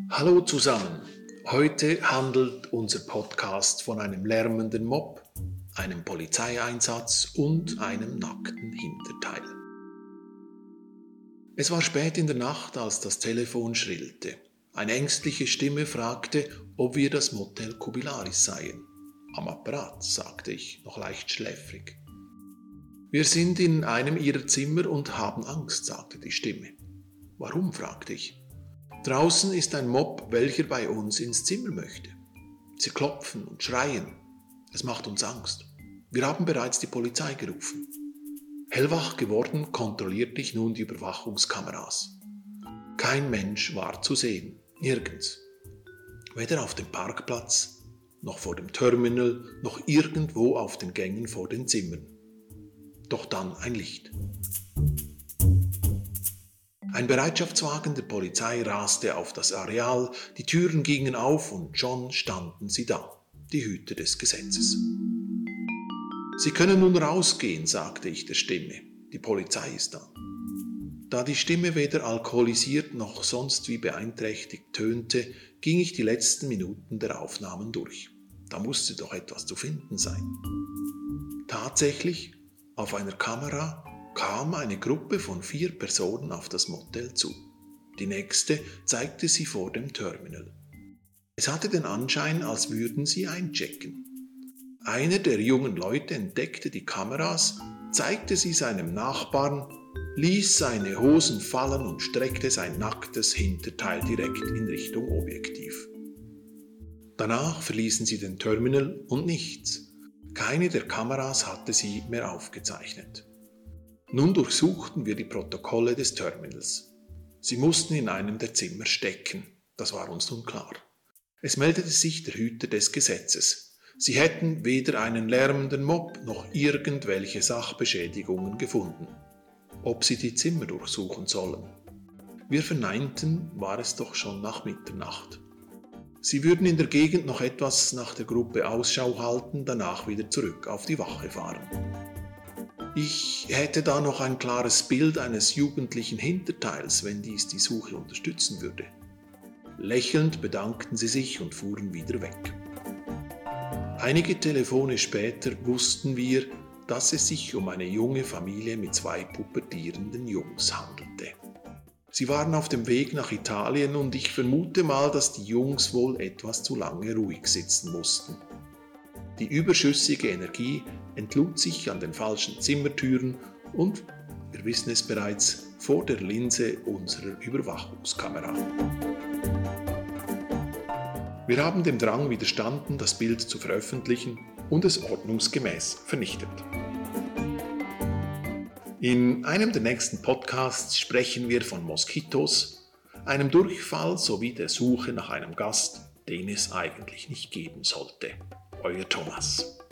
Hallo zusammen, heute handelt unser Podcast von einem lärmenden Mob, einem Polizeieinsatz und einem nackten Hinterteil. Es war spät in der Nacht, als das Telefon schrillte. Eine ängstliche Stimme fragte, ob wir das Motel Kubilaris seien. Am Apparat, sagte ich, noch leicht schläfrig. Wir sind in einem ihrer Zimmer und haben Angst, sagte die Stimme. Warum, fragte ich. Draußen ist ein Mob, welcher bei uns ins Zimmer möchte. Sie klopfen und schreien. Es macht uns Angst. Wir haben bereits die Polizei gerufen. Hellwach geworden, kontrollierte ich nun die Überwachungskameras. Kein Mensch war zu sehen, nirgends. Weder auf dem Parkplatz, noch vor dem Terminal, noch irgendwo auf den Gängen vor den Zimmern. Doch dann ein Licht. Ein Bereitschaftswagen der Polizei raste auf das Areal, die Türen gingen auf und schon standen sie da, die Hüter des Gesetzes. Sie können nun rausgehen, sagte ich der Stimme, die Polizei ist da. Da die Stimme weder alkoholisiert noch sonst wie beeinträchtigt tönte, ging ich die letzten Minuten der Aufnahmen durch. Da musste doch etwas zu finden sein. Tatsächlich, auf einer Kamera kam eine Gruppe von 4 Personen auf das Motel zu. Die nächste zeigte sie vor dem Terminal. Es hatte den Anschein, als würden sie einchecken. Einer der jungen Leute entdeckte die Kameras, zeigte sie seinem Nachbarn, ließ seine Hosen fallen und streckte sein nacktes Hinterteil direkt in Richtung Objektiv. Danach verließen sie den Terminal und nichts. Keine der Kameras hatte sie mehr aufgezeichnet. Nun durchsuchten wir die Protokolle des Terminals. Sie mussten in einem der Zimmer stecken, das war uns nun klar. Es meldete sich der Hüter des Gesetzes. Sie hätten weder einen lärmenden Mob noch irgendwelche Sachbeschädigungen gefunden. Ob sie die Zimmer durchsuchen sollen? Wir verneinten, war es doch schon nach Mitternacht. Sie würden in der Gegend noch etwas nach der Gruppe Ausschau halten, danach wieder zurück auf die Wache fahren. Ich hätte da noch ein klares Bild eines jugendlichen Hinterteils, wenn dies die Suche unterstützen würde. Lächelnd bedankten sie sich und fuhren wieder weg. Einige Telefone später wussten wir, dass es sich um eine junge Familie mit 2 pubertierenden Jungs handelte. Sie waren auf dem Weg nach Italien und ich vermute mal, dass die Jungs wohl etwas zu lange ruhig sitzen mussten. Die überschüssige Energie entlud sich an den falschen Zimmertüren und, wir wissen es bereits, vor der Linse unserer Überwachungskamera. Wir haben dem Drang widerstanden, das Bild zu veröffentlichen und es ordnungsgemäß vernichtet. In einem der nächsten Podcasts sprechen wir von Moskitos, einem Durchfall sowie der Suche nach einem Gast, den es eigentlich nicht geben sollte. Euer Thomas.